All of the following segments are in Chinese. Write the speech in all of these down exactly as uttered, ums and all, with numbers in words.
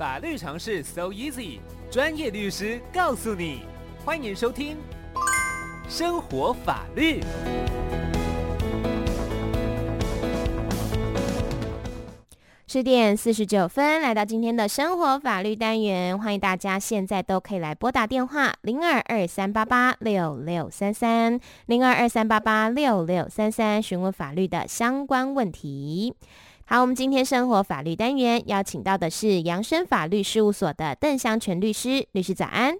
法律常识 so easy， 专业律师告诉你。欢迎收听生活法律。 十点四十九分，来到今天的生活法律单元，欢迎大家现在都可以来拨打电话零二二三八八六六三三零二二三八八六六三三询问法律的相关问题。好，我们今天生活法律单元邀请到的是扬生法律事务所的邓湘全律师，律师早安。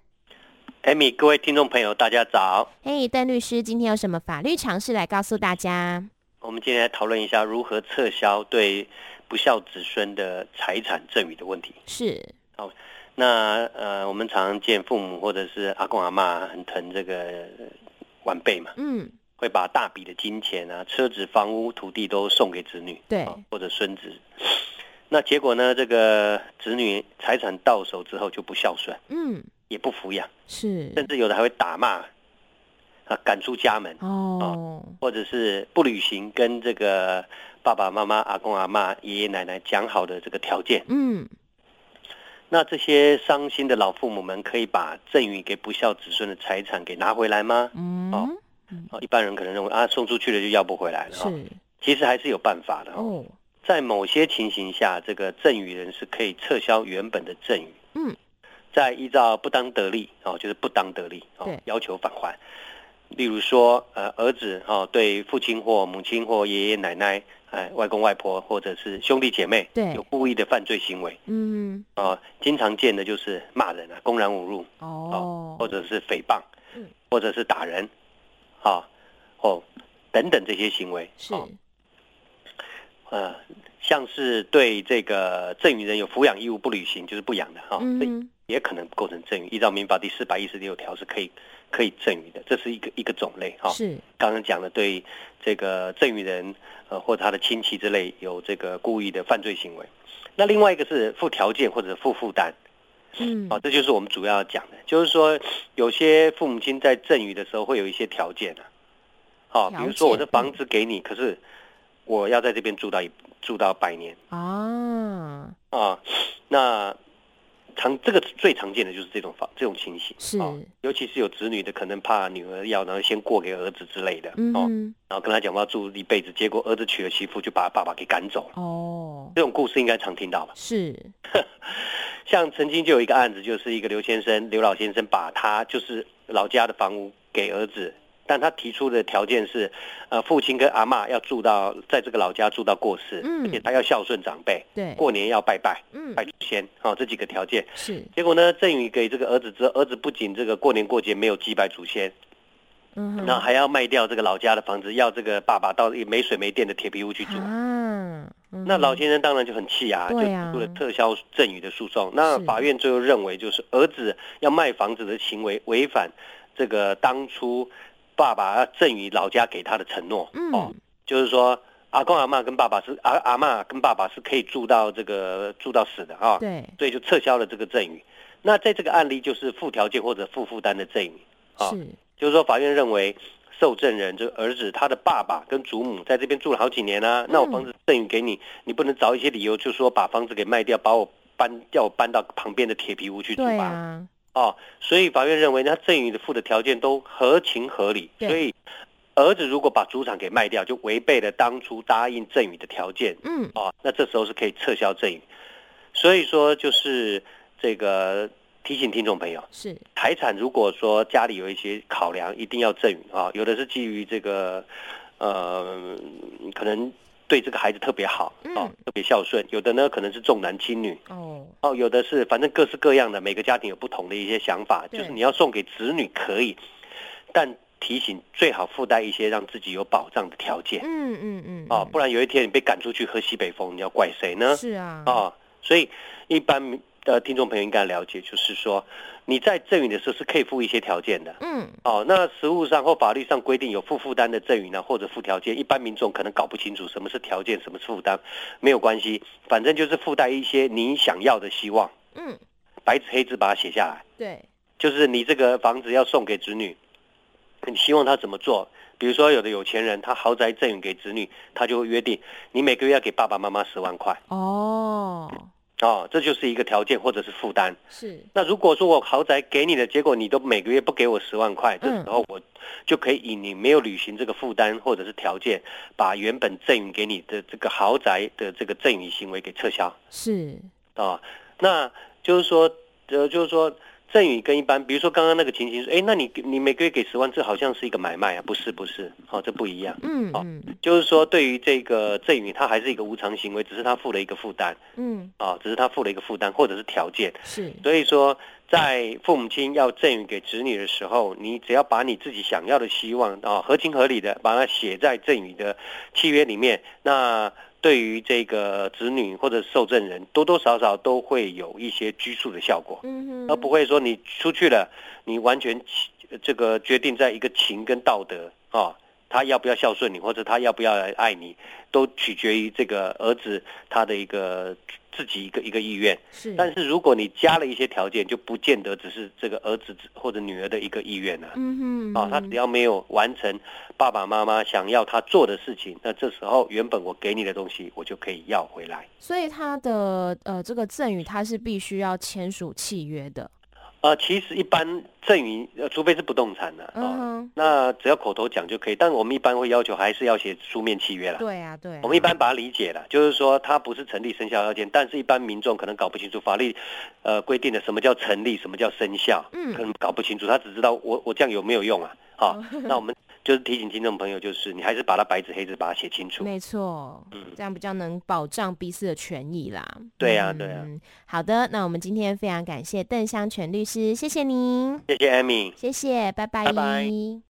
Amy， 各位听众朋友，大家早。 嘿，邓律师，今天有什么法律常识来告诉大家？ 我们今天来讨论一下如何撤销对不孝子孙的财产赠与的问题。 是。 好，那呃，我们常常见父母或者是阿公阿嬷很疼这个晚辈嘛，嗯，会把大笔的金钱啊、车子、房屋、土地都送给子女， 对， 或者孙子。那结果呢，这个子女财产到手之后就不孝顺，嗯，也不抚养， 是， 甚至有的还会打骂。啊，赶出家门哦，或者是不履行跟这个爸爸妈妈、阿公阿嬷、爷爷奶奶讲好的这个条件。嗯，那这些伤心的老父母们可以把赠与给不孝子孙的财产给拿回来吗？嗯，哦，一般人可能认为啊，送出去了就要不回来了。是，其实还是有办法的哦。在某些情形下，这个赠与人是可以撤销原本的赠与。嗯，再依照不当得利哦，就是不当得利哦，要求返还。例如说，呃，儿子哦，对父亲或母亲或爷爷奶奶、哎，外公外婆或者是兄弟姐妹，有故意的犯罪行为，嗯，哦，经常见的就是骂人啊，公然侮辱，哦，或者是诽谤，嗯，或者是打人，啊、哦，哦，等等这些行为，是，哦、呃，像是对这个赠与人有抚养义务不履行，就是不养的哈，哦嗯、也可能构成赠与。依照民法第四百一十六条是可以。可以赠与的，这是一个一个种类哈。是刚刚讲的，对这个赠与人呃或者他的亲戚之类有这个故意的犯罪行为。那另外一个是附条件或者附负担，嗯，好、哦，这就是我们主要讲的，就是说有些父母亲在赠与的时候会有一些条件啊，好、哦，比如说我的房子给你，可是我要在这边住到一住到百年啊啊，那。常这个最常见的就是这种这种情形，是、哦，尤其是有子女的，可能怕女儿要，然后先过给儿子之类的，嗯、哦，然后跟他讲我要住一辈子，结果儿子娶了媳妇就把爸爸给赶走了，哦，这种故事应该常听到吧？是，像曾经就有一个案子，就是一个刘先生，刘老先生把他就是老家的房屋给儿子。但他提出的条件是，呃，父亲跟阿嬷要住到在这个老家住到过世，嗯，而且他要孝顺长辈，对，过年要拜拜，嗯，拜祖先，哦，这几个条件是。结果呢，赠与给这个儿子之后，儿子不仅这个过年过节没有祭拜祖先，嗯，然后还要卖掉这个老家的房子，要这个爸爸到没水没电的铁皮屋去住。啊，嗯、那老先生当然就很气啊，啊就提出了撤销赠与的诉讼。那法院最后认为，就是儿子要卖房子的行为违反这个当初。爸爸要赠与老家给他的承诺，嗯，哦，就是说阿公阿嬷跟爸爸是阿阿嬷跟爸爸是可以住到这个住到死的啊，对，所以就撤销了这个赠与。那在这个案例就是附条件或者附负担的赠与，啊，是，就是说法院认为受赠人这个儿子他的爸爸跟祖母在这边住了好几年啊，嗯、那我房子赠与给你，你不能找一些理由就说把房子给卖掉，把我搬掉搬到旁边的铁皮屋去住吧。对啊哦，所以法院认为他赠与的附的条件都合情合理，所以儿子如果把主场给卖掉，就违背了当初答应赠与的条件，嗯，哦，那这时候是可以撤销赠与。所以说就是这个提醒听众朋友，是财产如果说家里有一些考量，一定要赠与啊，有的是基于这个呃可能。对这个孩子特别好，哦，特别孝顺。有的呢，可能是重男轻女，哦，哦，有的是反正各式各样的，每个家庭有不同的一些想法。就是你要送给子女可以，但提醒最好附带一些让自己有保障的条件。嗯嗯嗯，哦，不然有一天你被赶出去喝西北风，你要怪谁呢？是啊，哦，所以一般的听众朋友应该了解，就是说你在赠与的时候是可以附一些条件的。嗯，哦，那实务上或法律上规定有附负担的赠与呢，或者附条件，一般民众可能搞不清楚什么是条件，什么是负担，没有关系，反正就是附带一些你想要的希望。嗯，白纸黑字把它写下来。对，就是你这个房子要送给子女，你希望他怎么做？比如说有的有钱人，他豪宅赠与给子女，他就会约定你每个月要给爸爸妈妈十万块。哦。 哦，这就是一个条件或者是负担。 是。 那如果说我豪宅给你的结果，你都每个月不给我十万块，嗯、这时候我就可以以你没有履行这个负担或者是条件，把原本赠与给你的这个豪宅的这个赠与行为给撤销。 是。 哦，那就是说，呃，就是说。赠与跟一般，比如说刚刚那个情形，哎，那你你每个月给十万，这好像是一个买卖啊，不是不是，好、哦，这不一样，嗯，好、哦，就是说对于这个赠与，它还是一个无偿行为，只是他付了一个负担，嗯，啊、哦，只是他付了一个负担或者是条件， 是， 所以说在父母亲要赠与给子女的时候，你只要把你自己想要的希望啊、哦，合情合理的把它写在赠与的契约里面，那。对于这个子女或者受赠人，多多少少都会有一些拘束的效果，嗯，而不会说你出去了，你完全这个决定在一个情跟道德啊、哦，他要不要孝顺你，或者他要不要来爱你，都取决于这个儿子他的一个自己一个一个意愿。是，但是如果你加了一些条件，就不见得只是这个儿子或者女儿的一个意愿了、啊。嗯哼，啊、哦，他只要没有完成爸爸妈妈想要他做的事情，那这时候原本我给你的东西，我就可以要回来。 所以他的呃这个赠与，他是必须要签署契约的。 呃，其实一般赠与，呃，除非是不动产的、啊，嗯、哦，那只要口头讲就可以。但我们一般会要求还是要写书面契约啦。 对啊，对啊。 我们一般把它理解了，就是说它不是成立生效要件，但是一般民众可能搞不清楚法律，呃，规定的什么叫成立，什么叫生效，嗯，可能搞不清楚。他只知道我我这样有没有用啊？好、哦，那我们就是提醒听众朋友，就是你还是把它白纸黑字把它写清楚。 没错，嗯，这样比较能保障彼此的权益啦。 对呀、啊，对呀、啊。 好的，那我们今天非常感谢邓湘全律师，谢谢您， 谢谢 Amy， 谢谢，拜拜， 拜拜。